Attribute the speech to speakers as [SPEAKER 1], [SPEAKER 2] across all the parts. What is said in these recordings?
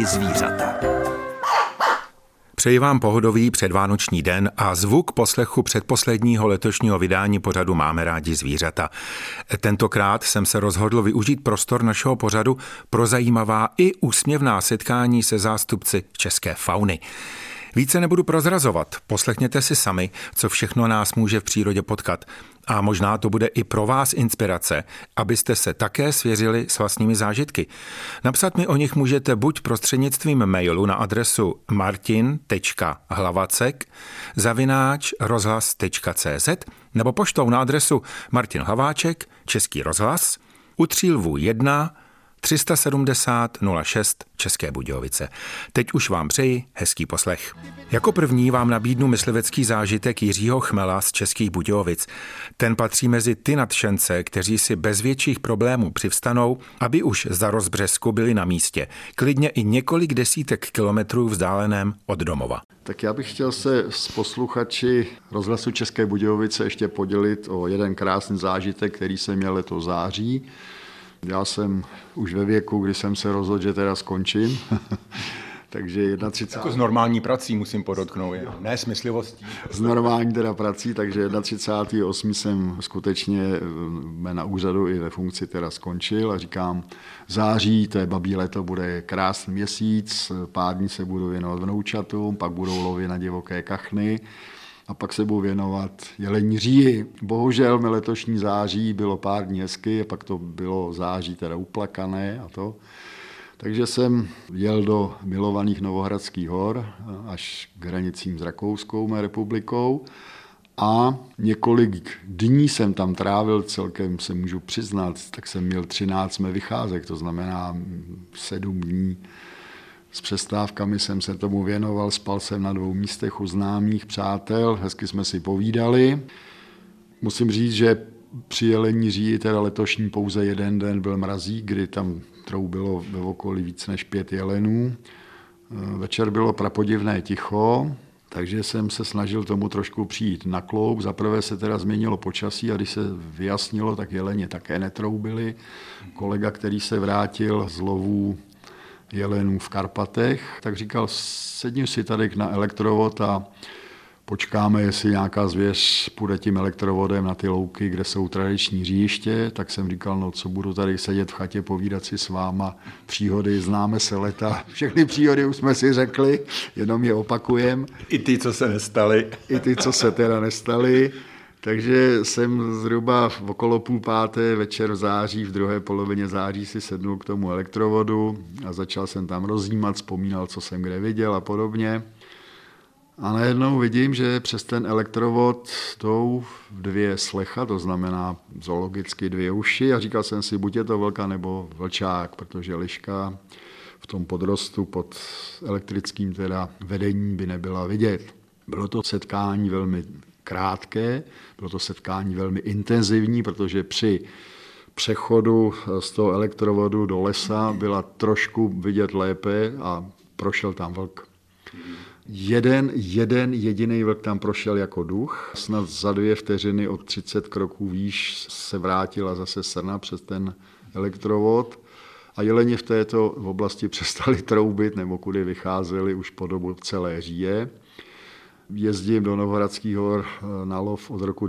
[SPEAKER 1] rádi zvířata.
[SPEAKER 2] Přeji vám pohodový předvánoční den a zvuk poslechu předposledního letošního vydání pořadu Máme rádi zvířata. Tentokrát jsem se rozhodl využít prostor našeho pořadu pro zajímavá i úsměvná setkání se zástupci české fauny. Více nebudu prozrazovat, poslechněte si sami, co všechno nás může v přírodě potkat. A možná to bude i pro vás inspirace, abyste se také svěřili s vlastními zážitky. Napsat mi o nich můžete buď prostřednictvím mailu na adresu martin.hlaváček@rozhlas.cz nebo poštou na adresu Martin Hlaváček, Český rozhlas, U Třílvů 1, 370 06 České Budějovice. Teď už vám přeji hezký poslech. Jako první vám nabídnu myslivecký zážitek Jiřího Chmela z Českých Budějovic. Ten patří mezi ty nadšence, kteří si bez větších problémů přivstanou, aby už za rozbřesku byli na místě, klidně i několik desítek kilometrů vzdáleném od domova.
[SPEAKER 3] Tak já bych chtěl se s posluchači rozhlasu České Budějovice ještě podělit o jeden krásný zážitek, který jsem měl letos září. Já jsem už ve věku, kdy jsem se rozhodl, že teda skončím. Takže 31.
[SPEAKER 2] Jako s normální prací musím podotknout, ne s myslivostí.
[SPEAKER 3] S normální teda prací, takže 31.8. jsem skutečně na úřadu i ve funkci teda skončil a říkám, září, to je babí léto, bude krásný měsíc, pár dní se budu věnovat vnoučatům, pak budou lovy na divoké kachny a pak se budu věnovat jelení říji. Bohužel mi letošní září bylo pár dní hezky, a pak to bylo září teda uplakané a to. Takže jsem jel do milovaných Novohradských hor až k hranicím s Rakouskou mé republikou a několik dní jsem tam trávil, celkem se můžu přiznat, tak jsem měl 13 vycházek, to znamená 7 dní. S přestávkami jsem se tomu věnoval, spal jsem na 2 místech u známých přátel, hezky jsme si povídali. Musím říct, že při jelení říji, teda letošní pouze jeden den byl mrazík, kdy tam troubilo ve okolí víc než 5 jelenů. Večer bylo prapodivné ticho, takže jsem se snažil tomu trošku přijít na kloub. Zaprvé se teda změnilo počasí a když se vyjasnilo, tak jeleni také netroubili. Kolega, který se vrátil z lovů jelenů v Karpatech, tak říkal, sedím si tady na elektrovod a počkáme, jestli nějaká zvěř půjde tím elektrovodem na ty louky, kde jsou tradiční říjiště, tak jsem říkal, no co budu tady sedět v chatě, povídat si s váma, příhody, známe se leta, všechny příhody už jsme si řekli, jenom je opakujeme.
[SPEAKER 2] I ty, co se nestaly.
[SPEAKER 3] I ty, co se teda nestaly. Takže jsem zhruba okolo 4:30 večer v září, v druhé polovině září si sednul k tomu elektrovodu a začal jsem tam rozjímat, vzpomínal, co jsem kde viděl a podobně. A najednou vidím, že přes ten elektrovod jdou 2 slecha, to znamená zoologicky 2 uši a říkal jsem si, buď je to vlka nebo vlčák, protože liška v tom podrostu pod elektrickým teda vedením by nebyla vidět. Bylo to setkání velmi krátké, bylo to setkání velmi intenzivní, protože při přechodu z toho elektrovodu do lesa byla trošku vidět lépe a prošel tam vlk. Jeden jediný vlk tam prošel jako duch. Snad za 2 vteřiny od 30 kroků výš se vrátila zase srna přes ten elektrovod a jeleni v této oblasti přestali troubit nebo kudy vycházeli už po dobu celé říje. Jezdím do Novohradských hor na lov od roku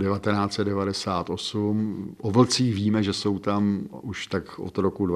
[SPEAKER 3] 1998. O vlcích víme, že jsou tam už tak od roku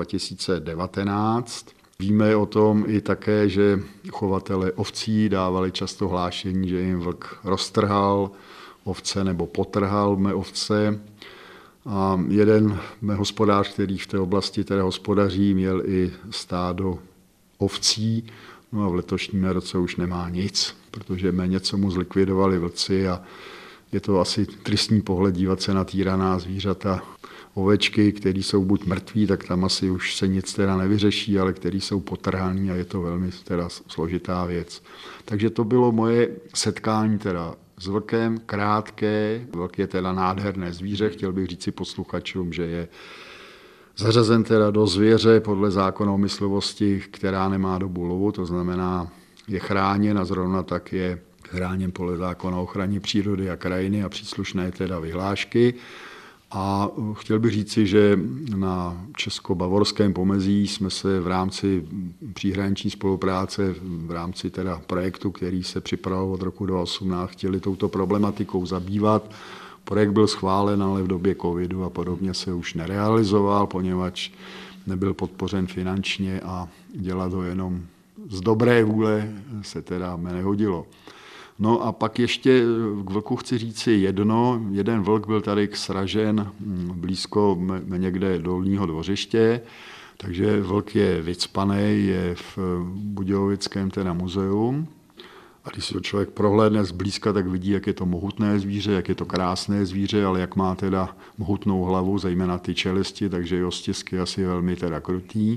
[SPEAKER 3] 2019. Víme o tom i také, že chovatelé ovcí dávali často hlášení, že jim vlk roztrhal ovce nebo potrhal mé ovce. A jeden mé hospodář, který v té oblasti teda hospodaří, měl i stádo ovcí. No a v letošním roce už nemá nic, protože méně co mu zlikvidovali vlci a je to asi tristní pohled dívat se na týraná zvířata. Ovečky, které jsou buď mrtví, tak tam asi už se nic teda nevyřeší, ale které jsou potrhaný a je to velmi teda složitá věc. Takže to bylo moje setkání teda s vlkem, krátké. Vlk je teda nádherné zvíře, chtěl bych říct si posluchačům, že je zařazen teda do zvěře podle zákona o myslivosti, která nemá dobu lovu, to znamená, je chráněn a zrovna tak je chráněn podle zákona o ochraně přírody a krajiny a příslušné teda vyhlášky. A chtěl bych říci, že na česko-bavorském pomezí jsme se v rámci příhraniční spolupráce, v rámci teda projektu, který se připravoval od roku 2018, chtěli touto problematikou zabývat. Projekt byl schválen, ale v době covidu a podobně se už nerealizoval, poněvadž nebyl podpořen finančně a dělat ho jenom z dobré vůle se teda nehodilo. No a pak ještě k vlku chci říci jedno. Jeden vlk byl tady sražen blízko někde Dolního Dvořiště, takže vlk je vycpaný, je v Budějovickém teda muzeu. A když si to člověk prohlédne zblízka, tak vidí, jak je to mohutné zvíře, jak je to krásné zvíře, ale jak má teda mohutnou hlavu, zejména ty čelisti, takže jeho stisky asi velmi teda krutý.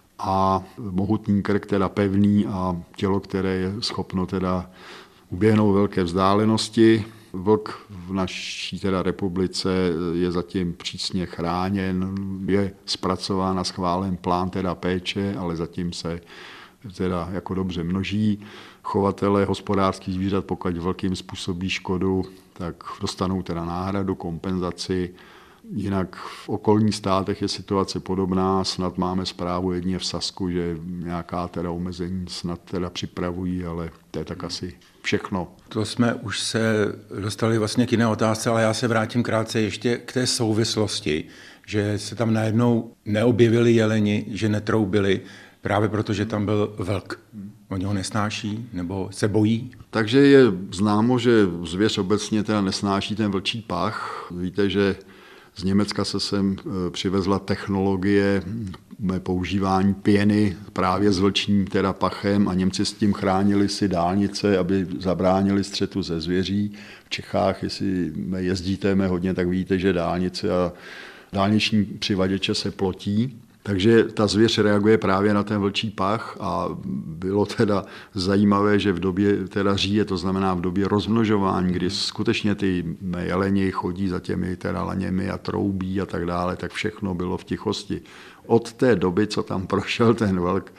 [SPEAKER 3] A mohutný krk teda pevný a tělo, které je schopno teda uběhnout velké vzdálenosti. Vlk v naší teda republice je zatím přísně chráněn, je zpracován a schválen plán teda péče, ale zatím se teda jako dobře množí. Chovatelé hospodářských zvířat, pokud vlk jim způsobí škodu, tak dostanou teda náhradu, kompenzaci. Jinak v okolních státech je situace podobná, snad máme zprávu jedině v Sasku, že nějaká teda omezení snad teda připravují, ale to je tak asi všechno.
[SPEAKER 2] To jsme už se dostali vlastně k jiné otázce, ale já se vrátím krátce ještě k té souvislosti, že se tam najednou neobjevili jeleni, že netroubili, právě proto, že tam byl vlk. Oni ho nesnáší nebo se bojí?
[SPEAKER 3] Takže je známo, že zvěř obecně teda nesnáší ten vlčí pach. Víte, že z Německa se sem přivezla technologie používání pěny právě s vlčím teda pachem a Němci s tím chránili si dálnice, aby zabránili střetu ze zvěří. V Čechách, jestli jezdíte hodně, tak vidíte, že dálnice a dálniční přivaděče se plotí. Takže ta zvěř reaguje právě na ten vlčí pach a bylo teda zajímavé, že v době teda říje, to znamená v době rozmnožování, kdy skutečně ty jeleni chodí za těmi teda laněmi a troubí a tak dále, tak všechno bylo v tichosti. Od té doby, co tam prošel ten vlk,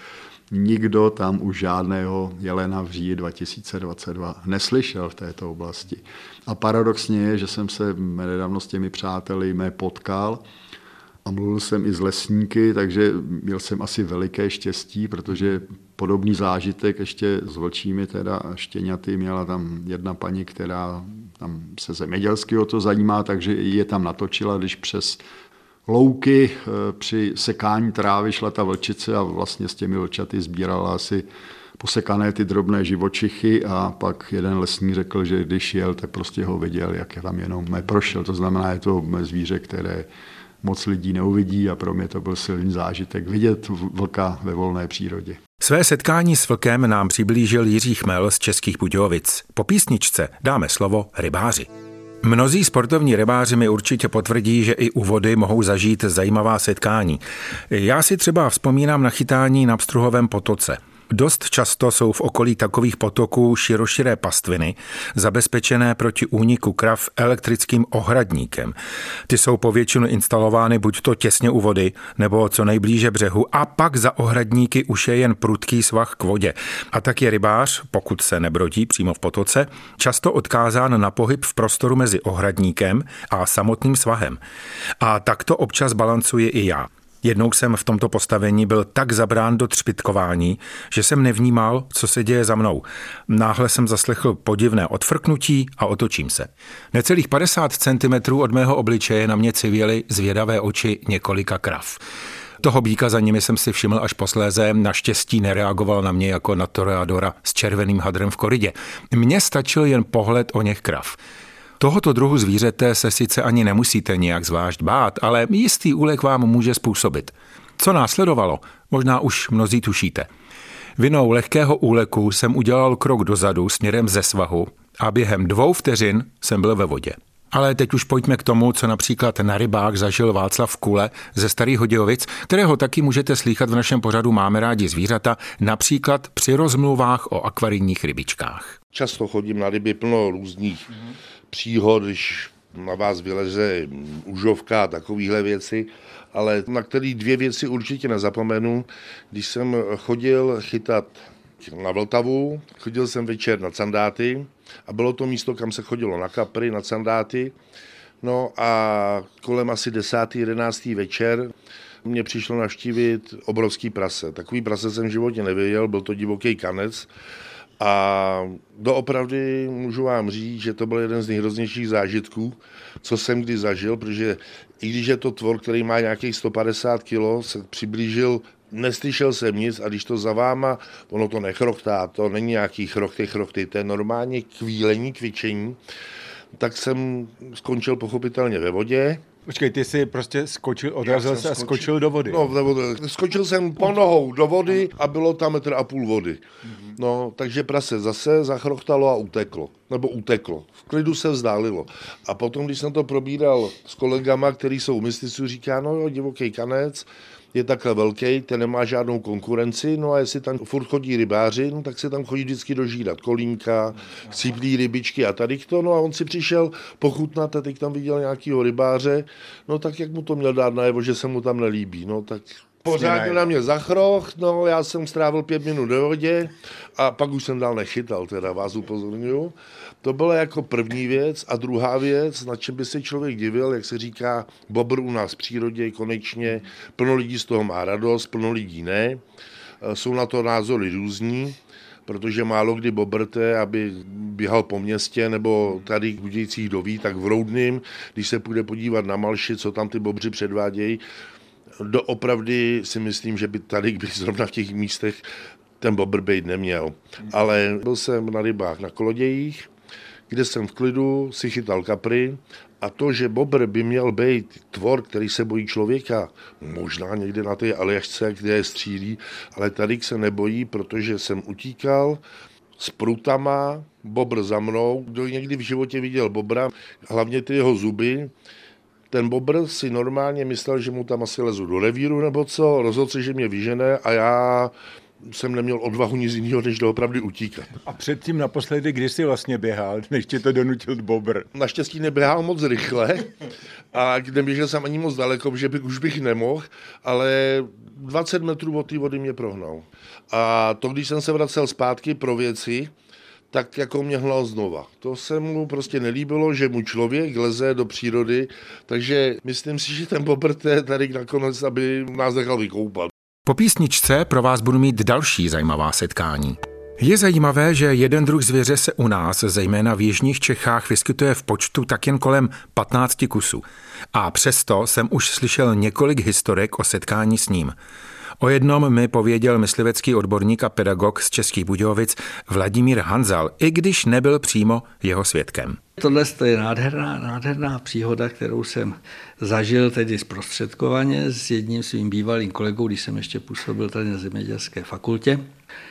[SPEAKER 3] nikdo tam už žádného jelena v říji 2022 neslyšel v této oblasti. A paradoxně je, že jsem se nedávno s těmi přáteli potkal, a mluvil jsem i s lesníky, takže měl jsem asi veliké štěstí, protože podobný zážitek ještě s vlčími teda štěňaty měla tam jedna paní, která tam se zemědělsky o to zajímá, takže je tam natočila, když přes louky při sekání trávy šla ta vlčice a vlastně s těmi vlčaty sbírala asi posekané ty drobné živočichy a pak jeden lesník řekl, že když jel, tak prostě ho viděl, jak je tam jenom prošel. To znamená, je to zvíře, které moc lidí neuvidí a pro mě to byl silný zážitek vidět vlka ve volné přírodě.
[SPEAKER 2] Své setkání s vlkem nám přiblížil Jiří Chmel z Českých Budějovic. Po písničce dáme slovo rybáři. Mnozí sportovní rybáři mi určitě potvrdí, že i u vody mohou zažít zajímavá setkání. Já si třeba vzpomínám na chytání na Pstruhovém potoce. Dost často jsou v okolí takových potoků široširé pastviny, zabezpečené proti úniku krav elektrickým ohradníkem. Ty jsou povětšinu instalovány buď to těsně u vody, nebo co nejblíže břehu a pak za ohradníky už je jen prudký svah k vodě. A tak je rybář, pokud se nebrodí přímo v potoce, často odkázán na pohyb v prostoru mezi ohradníkem a samotným svahem. A tak to občas balancuji i já. Jednou jsem v tomto postavení byl tak zabrán do třpytkování, že jsem nevnímal, co se děje za mnou. Náhle jsem zaslechl podivné odfrknutí a otočím se. Necelých 50 cm od mého obličeje na mě civěly zvědavé oči několika krav. Toho býka za nimi jsem si všiml až posléze, naštěstí nereagoval na mě jako na toreadora s červeným hadrem v korytě. Mně stačil jen pohled o něch krav. Tohoto druhu zvířete se sice ani nemusíte nějak zvlášť bát, ale jistý úlek vám může způsobit. Co následovalo, možná už mnozí tušíte. Vinou lehkého úleku jsem udělal krok dozadu směrem ze svahu a během 2 vteřin jsem byl ve vodě. Ale teď už pojďme k tomu, co například na rybách zažil Václav Kule ze Starých Hodějovic, kterého taky můžete slýchat v našem pořadu Máme rádi zvířata, například při rozmluvách o akvarijních rybičkách.
[SPEAKER 1] Často chodím na ryby plno různých příhod, když na vás vyleze užovka a takovéhle věci, ale na který 2 věci určitě nezapomenu. Když jsem chodil chytat na Vltavu, chodil jsem večer na Candáty a bylo to místo, kam se chodilo na kapry, na Candáty. No a kolem asi 10. 11. večer mě přišlo navštívit obrovský prase. Takový prase jsem v životě neviděl, byl to divoký kanec. A doopravdy můžu vám říct, že to byl jeden z nejhroznějších zážitků, co jsem kdy zažil, protože i když je to tvor, který má nějakých 150 kg, se přiblížil, neslyšel jsem nic a když to za váma, ono to nechrochtá, to není nějaký chrochty, to je normálně kvílení, kvičení, tak jsem skončil pochopitelně ve vodě.
[SPEAKER 2] Počkej, ty jsi prostě skočil, odrazil se a skočil do vody.
[SPEAKER 1] No, skočil jsem po nohou do vody a bylo tam 1,5 m vody. No, takže prase zase zachrochtalo a uteklo. Nebo uteklo. V klidu se vzdálilo. A potom, když jsem to probíral s kolegama, kteří jsou mysticů, říká, no jo, divoký kanec, je takhle velký, ten nemá žádnou konkurenci, no a jestli tam furt chodí rybáři, no tak se tam chodí vždycky dožírat kolínka, chcíplý rybičky a tady to, no a on si přišel pochutnat a teď tam viděl nějakýho rybáře, no tak jak mu to měl dát najevo, že se mu tam nelíbí, no tak pořádně na mě zachroch, no já jsem strávil 5 minut do vodě a pak už jsem dál nechytal, teda vás upozorňuju. To byla jako první věc a druhá věc, na čem by se člověk divil, jak se říká, bobr u nás v přírodě, konečně plno lidí z toho má radost, plno lidí ne. Jsou na to názory různí, protože málo kdy bobrte, aby běhal po městě nebo tady v Budějcích, kdo ví, tak v Roudným, když se půjde podívat na Malši, co tam ty bobři předvádějí, doopravdy si myslím, že by tady, kdyby zrovna v těch místech ten bobr bejt neměl. Ale byl jsem na rybách na Kolodějích, kde jsem v klidu si chytal kapry a to, že bobr by měl být tvor, který se bojí člověka, možná někde na té Aljašce, kde je střílí, ale tady se nebojí, protože jsem utíkal s prutama, bobr za mnou. Kdo někdy v životě viděl bobra, hlavně ty jeho zuby, ten bobr si normálně myslel, že mu tam asi lezu do revíru nebo co, rozhodl se, že mě vyžene a já jsem neměl odvahu nic jiného, než doopravdy utíkat.
[SPEAKER 2] A předtím naposledy, kdy jsi vlastně běhal, než tě to donutil bobr?
[SPEAKER 1] Naštěstí neběhal moc rychle a neběžel jsem ani moc daleko, že už bych nemohl, ale 20 metrů od té vody mě prohnal. A to, když jsem se vracel zpátky pro věci, tak jako mě hnal znova. To se mu prostě nelíbilo, že mu člověk leze do přírody, takže myslím si, že ten bobr tady nakonec, aby nás nechal vykoupat.
[SPEAKER 2] Po písničce pro vás budu mít další zajímavá setkání. Je zajímavé, že jeden druh zvěře se u nás, zejména v jižních Čechách, vyskytuje v počtu tak jen kolem 15 kusů. A přesto jsem už slyšel několik historek o setkání s ním. O jednom mi pověděl myslivecký odborník a pedagog z Českých Budějovic Vladimír Hanzal, i když nebyl přímo jeho svědkem.
[SPEAKER 4] Tohle je nádherná příhoda, kterou jsem zažil tedy zprostředkovaně s jedním svým bývalým kolegou, když jsem ještě působil tady na zemědělské fakultě.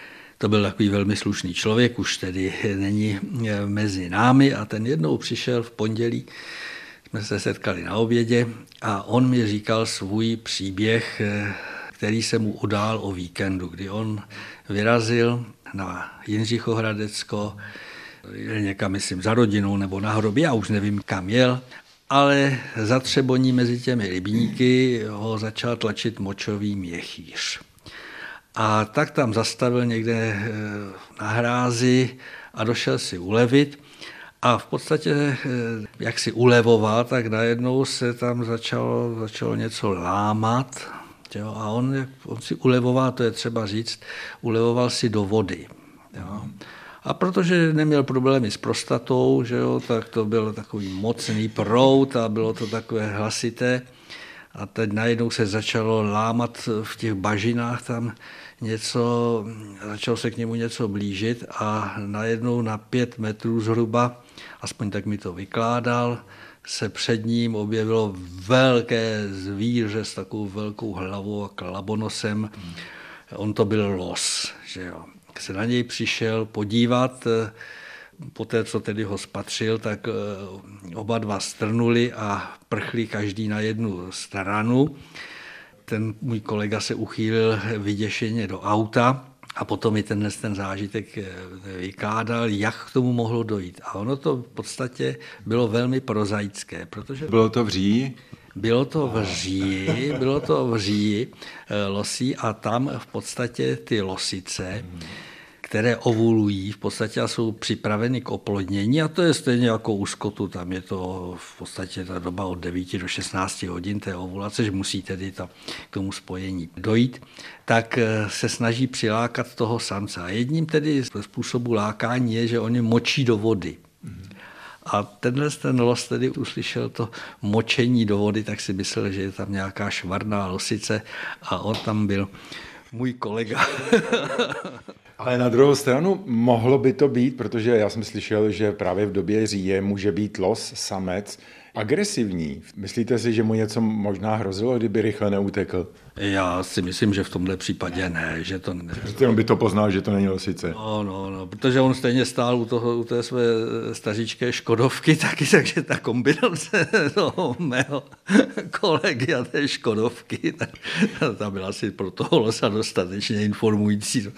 [SPEAKER 4] To byl takový velmi slušný člověk, už tedy není mezi námi a ten jednou přišel v pondělí, jsme se setkali na obědě a on mi říkal svůj příběh, který se mu udál o víkendu, kdy on vyrazil na Jindřichohradecko, někam, myslím, za rodinou nebo na hrobě, já už nevím, kam jel, ale za Třeboní mezi těmi rybníky ho začal tlačit močový měchýř. A tak tam zastavil někde na hrázi a došel si ulevit. A v podstatě, jak si ulevoval, tak najednou se tam začalo něco lámat. Jo, a on si ulevoval, to je třeba říct, ulevoval si do vody. Jo. A protože neměl problémy s prostatou, že jo, tak to byl takový mocný proud a bylo to takové hlasité. A teď najednou se začalo lámat v těch bažinách tam něco, začalo se k němu něco blížit a najednou na 5 metrů zhruba, aspoň tak mi to vykládal, se před ním objevilo velké zvíře s takovou velkou hlavou a klabonosem. On to byl los, že jo. Když se na něj přišel podívat, poté, co tedy ho spatřil, tak oba dva strnuli a prchli každý na jednu stranu. Ten můj kolega se uchýlil vyděšeně do auta a potom mi ten zážitek vykládal, jak k tomu mohlo dojít. A ono to v podstatě bylo velmi prozaické, protože...
[SPEAKER 2] Bylo to v říji?
[SPEAKER 4] Bylo to v říji losí a tam v podstatě ty losice, které ovulují v podstatě a jsou připraveny k oplodnění a to je stejně jako u skotu, tam je to v podstatě ta doba od 9 do 16 hodin té ovulace, že musí tedy k tomu spojení dojít, tak se snaží přilákat toho samce. A jedním tedy z způsobů lákání je, že oni močí do vody. A ten los tedy uslyšel to močení do vody, tak si myslel, že je tam nějaká švarná losice a on tam byl můj kolega.
[SPEAKER 2] Ale na druhou stranu mohlo by to být, protože já jsem slyšel, že právě v době říje může být los, samec, agresivní. Myslíte si, že mu něco možná hrozilo, kdyby rychle neutekl?
[SPEAKER 4] Já si myslím, že v tomhle případě ne, že to ne.
[SPEAKER 2] On by to poznal, že to není losice.
[SPEAKER 4] No, protože on stejně stál u té své staříčké Škodovky taky, takže ta kombinace toho mého kolegy a té Škodovky, ta byla asi pro toho losa dostatečně informující.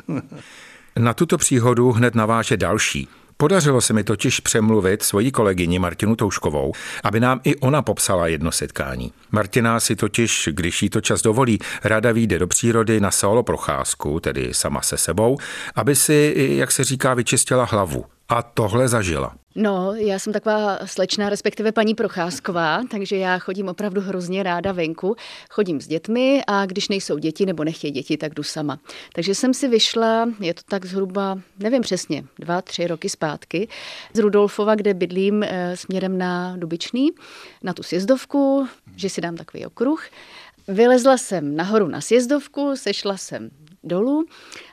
[SPEAKER 2] Na tuto příhodu hned naváže další. Podařilo se mi totiž přemluvit svoji kolegyni Martinu Touškovou, aby nám i ona popsala jedno setkání. Martina si totiž, když jí to čas dovolí, ráda vyjde do přírody na solo procházku, tedy sama se sebou, aby si, jak se říká, vyčistila hlavu. A tohle zažila.
[SPEAKER 5] No, já jsem taková slečna, respektive paní Procházková, takže já chodím opravdu hrozně ráda venku. Chodím s dětmi a když nejsou děti nebo nechtějí děti, tak jdu sama. Takže jsem si vyšla, je to tak zhruba, nevím přesně, 2-3 roky zpátky, z Rudolfova, kde bydlím směrem na Dubičný, na tu sjezdovku, že si dám takový okruh. Vylezla jsem nahoru na sjezdovku, sešla jsem dolů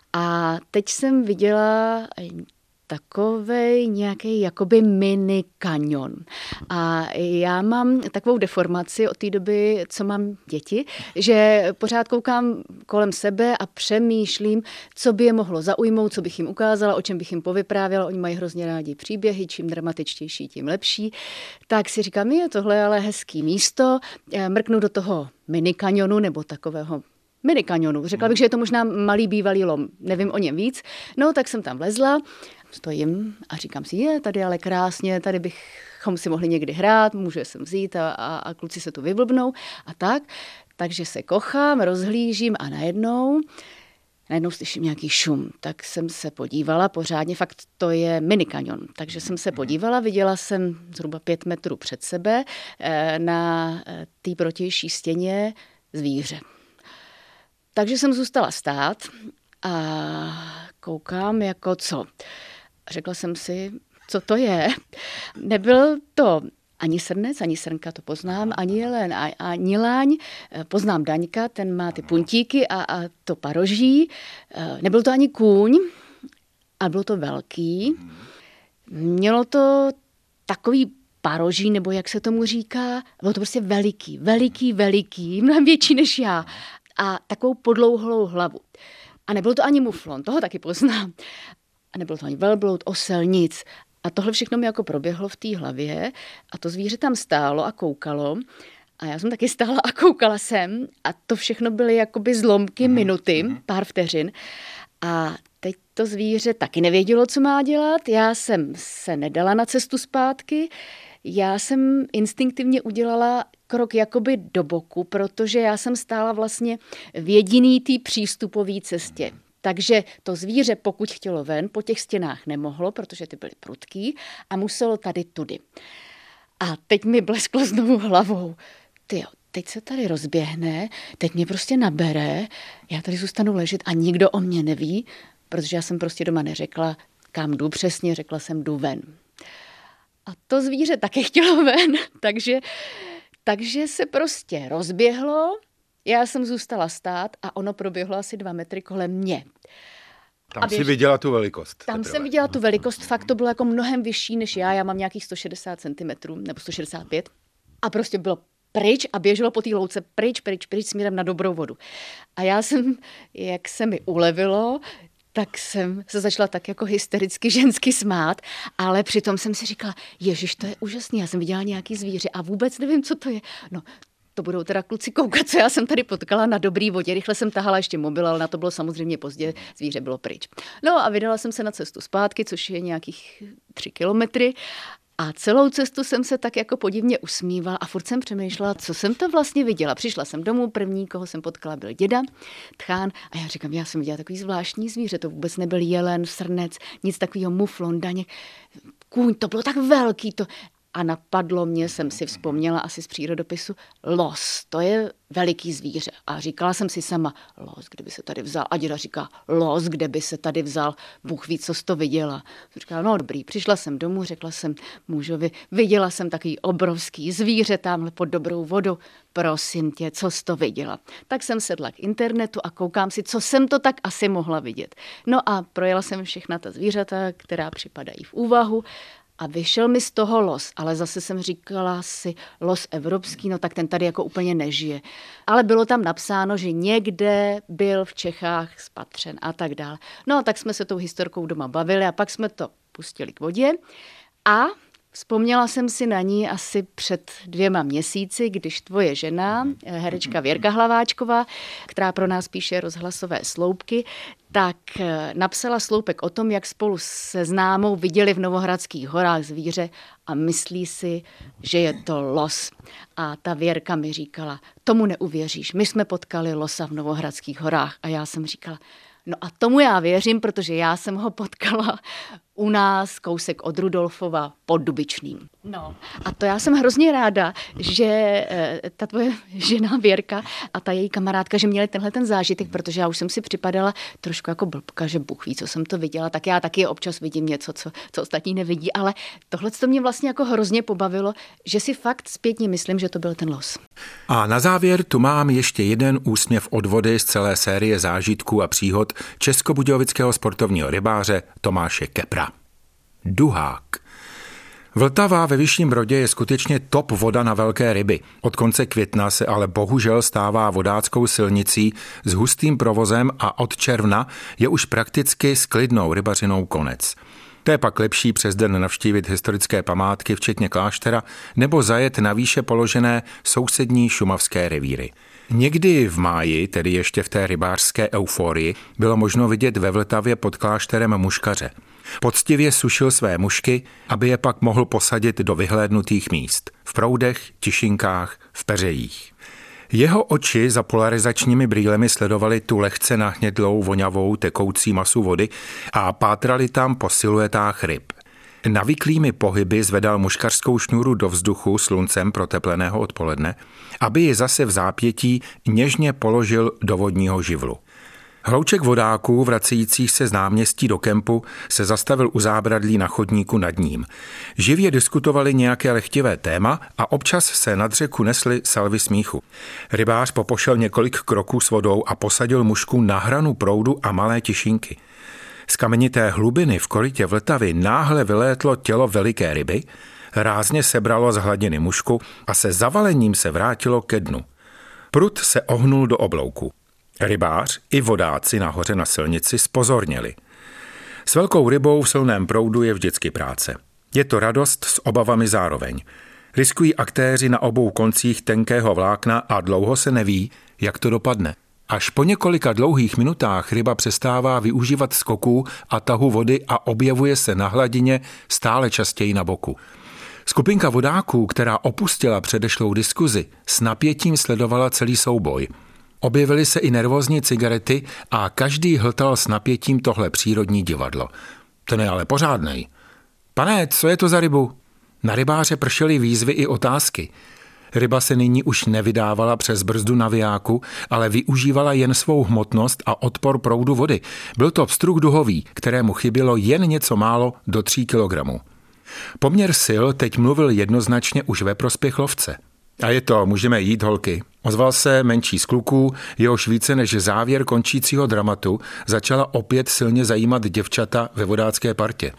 [SPEAKER 5] a teď jsem viděla takovej nějaký jakoby mini kanion. A já mám takovou deformaci od té doby, co mám děti, že pořád koukám kolem sebe a přemýšlím, co by je mohlo zaujmout, co bych jim ukázala, o čem bych jim povyprávěla. Oni mají hrozně rádi příběhy, čím dramatičtější, tím lepší. Tak si říkám, je tohle ale hezký místo, mrknu do toho mini kanionu nebo takového mini kanionu. Řekla bych, že je to možná malý bývalý lom, nevím o něm víc. No, tak jsem tam vlezla, stojím a říkám si, je tady ale krásně, tady bychom si mohli někdy hrát, můžu je sem vzít a kluci se tu vyblbnou a tak. Takže se kochám, rozhlížím a najednou slyším nějaký šum. Tak jsem se podívala pořádně, fakt to je mini kanion. Takže jsem se podívala, viděla jsem zhruba 5 metrů před sebe na té protější stěně zvíře. Takže jsem zůstala stát a koukám jako co. Řekla jsem si, co to je. Nebyl to ani srnec, ani srnka, to poznám, ani jelen, ani láň. Poznám Daňka, ten má ty puntíky a to paroží. Nebyl to ani kůň, ale bylo to velký. Mělo to takový paroží, nebo jak se tomu říká, bylo to prostě veliký, mnohem větší než já. A takovou podlouhlou hlavu. A nebyl to ani muflon, toho taky poznám. A nebyl to ani velbloud, osel, nic. A tohle všechno mi jako proběhlo v té hlavě a to zvíře tam stálo a koukalo. A já jsem taky stála a koukala jsem a to všechno byly jakoby zlomky minuty, pár vteřin. A teď to zvíře taky nevědělo, co má dělat. Já jsem se nedala na cestu zpátky. Já jsem instinktivně udělala krok jakoby do boku, protože já jsem stála vlastně v jediný té přístupové cestě. Takže to zvíře, pokud chtělo ven, po těch stěnách nemohlo, protože ty byly prudký a muselo tady tudy. A teď mi blesklo znovu hlavou. Tyjo, teď se tady rozběhne, teď mě prostě nabere, já tady zůstanu ležet a nikdo o mě neví, protože já jsem prostě doma neřekla, kam jdu přesně, řekla jsem, jdu ven. A to zvíře také chtělo ven, takže se prostě rozběhlo, já jsem zůstala stát a ono proběhlo asi 2 metry kolem mě.
[SPEAKER 2] Tam si viděla tu velikost.
[SPEAKER 5] Tam jsem viděla tu velikost, fakt to bylo jako mnohem vyšší než já mám nějakých 160 cm nebo 165 a prostě bylo pryč a běželo po té louce pryč směrem na dobrou vodu. A já jsem, jak se mi ulevilo, tak jsem se začala tak jako hystericky žensky smát, ale přitom jsem si říkala, ježiš, to je úžasný, já jsem viděla nějaký zvíře a vůbec nevím, co to je. No, to budou teda kluci koukat, co já jsem tady potkala na dobrý vodě. Rychle jsem tahala ještě mobil, ale na to bylo samozřejmě pozdě, zvíře bylo pryč. No a vydala jsem se na cestu zpátky, což je nějakých 3 kilometry A celou cestu jsem se tak jako podivně usmívala a furt jsem přemýšlela, co jsem to vlastně viděla. Přišla jsem domů, první, koho jsem potkala, byl děda, tchán, a já říkám, já jsem viděla takový zvláštní zvíře, to vůbec nebyl jelen, srnec, nic takového, muflon, daněk, kůň, to bylo tak velký, to... A napadlo mě, jsem si vzpomněla asi z přírodopisu, los, to je veliký zvíře. A říkala jsem si sama, los, kde by se tady vzal? A děda říká, los, kde by se tady vzal? Bůh ví, co jsi to viděla. Říkala, no dobrý, přišla jsem domů, řekla jsem mužovi, viděla jsem takový obrovský zvíře tamhle pod dobrou vodu. Prosím tě, co jsi to viděla? Tak jsem sedla k internetu a koukám si, co jsem to tak asi mohla vidět. No a projela jsem všechna ta zvířata, která připadají v úvahu. A vyšel mi z toho los, ale zase jsem říkala si los evropský, no tak ten tady jako úplně nežije. Ale bylo tam napsáno, že někde byl v Čechách spatřen a tak dále. No tak jsme se tou historkou doma bavili a pak jsme to pustili k vodě a vzpomněla jsem si na ní asi před 2 měsíci, když tvoje žena, herečka Věrka Hlaváčková, která pro nás píše rozhlasové sloupky, tak napsala sloupek o tom, jak spolu se známou viděli v Novohradských horách zvíře a myslí si, že je to los. A ta Věrka mi říkala, tomu neuvěříš, my jsme potkali losa v Novohradských horách. A já jsem říkala, no a tomu já věřím, protože já jsem ho potkala u nás kousek od Rudolfova pod Dubičným. No a to já jsem hrozně ráda, že ta tvoje žena Věrka a ta její kamarádka, že měli tenhle ten zážitek, protože já už jsem si připadala trošku jako blbka, že Bůh ví, co jsem to viděla, tak já taky občas vidím něco, co ostatní nevidí, ale tohle to mě vlastně jako hrozně pobavilo, že si fakt zpětně myslím, že to byl ten los.
[SPEAKER 2] A na závěr tu mám ještě jeden úsměv od vody z celé série zážitků a příhod českobudějovického sportovního rybáře Tomáše Kepra. Duhák. Vltava ve Vyšším Brodě je skutečně top voda na velké ryby. Od konce května se ale bohužel stává vodáckou silnicí s hustým provozem a od června je už prakticky s klidnou rybařinou konec. To je pak lepší přes den navštívit historické památky, včetně kláštera, nebo zajet na výše položené sousední šumavské revíry. Někdy v máji, tedy ještě v té rybářské euforii, bylo možno vidět ve Vltavě pod klášterem muškaře. Poctivě sušil své mušky, aby je pak mohl posadit do vyhlédnutých míst. V proudech, tišinkách, v peřejích. Jeho oči za polarizačními brýlemi sledovaly tu lehce nahnědlou, vonavou, tekoucí masu vody a pátrali tam po siluetách ryb. Navyklými pohyby zvedal muškařskou šňůru do vzduchu sluncem protepleného odpoledne, aby ji zase v zápětí něžně položil do vodního živlu. Hlouček vodáků, vracejících se z náměstí do kempu, se zastavil u zábradlí na chodníku nad ním. Živě diskutovali nějaké lehtivé téma a občas se nad řeku nesly salvy smíchu. Rybář popošel několik kroků s vodou a posadil mušku na hranu proudu a malé tišinky. Z kamenité hlubiny v korytě Vltavy náhle vylétlo tělo veliké ryby, rázně sebralo z hladiny mušku a se zavalením se vrátilo ke dnu. Prud se ohnul do oblouku. Rybář i vodáci nahoře na silnici zpozorněli. S velkou rybou v silném proudu je vždycky práce. Je to radost s obavami zároveň. Riskují aktéři na obou koncích tenkého vlákna a dlouho se neví, jak to dopadne. Až po několika dlouhých minutách ryba přestává využívat skoků a tahu vody a objevuje se na hladině stále častěji na boku. Skupinka vodáků, která opustila předešlou diskuzi, s napětím sledovala celý souboj. Objevily se i nervózní cigarety a každý hltal s napětím tohle přírodní divadlo. Ten je ale pořádnej. Pane, co je to za rybu? Na rybáře pršely výzvy i otázky. Ryba se nyní už nevydávala přes brzdu navijáku, ale využívala jen svou hmotnost a odpor proudu vody. Byl to pstruh duhový, kterému chybělo jen něco málo do 3 kilogramů. Poměr sil teď mluvil jednoznačně už ve prospěch lovce. A je to, můžeme jít, holky. Ozval se menší z kluků, jehož více než závěr končícího dramatu začala opět silně zajímat děvčata ve vodácké partě.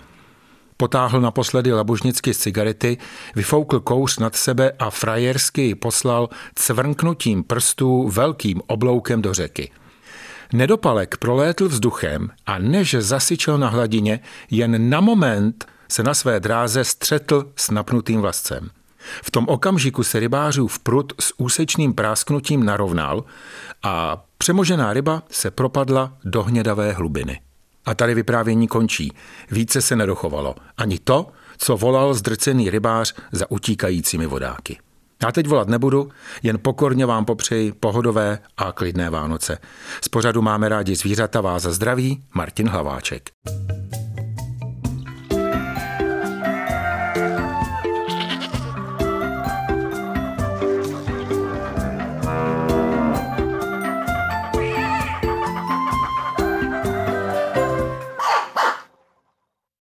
[SPEAKER 2] Potáhl naposledy labužnicky z cigarety, vyfoukl kouř nad sebe a frajersky poslal cvrnknutím prstů velkým obloukem do řeky. Nedopalek prolétl vzduchem a než zasyčel na hladině, jen na moment se na své dráze střetl s napnutým vlascem. V tom okamžiku se rybářův prud s úsečným prásknutím narovnal a přemožená ryba se propadla do hnědavé hlubiny. A tady vyprávění končí. Více se nedochovalo. Ani to, co volal zdrcený rybář za utíkajícími vodáky. Já teď volat nebudu, jen pokorně vám popřeji pohodové a klidné Vánoce. Z pořadu Máme rádi zvířata vás zdraví Martin Hlaváček.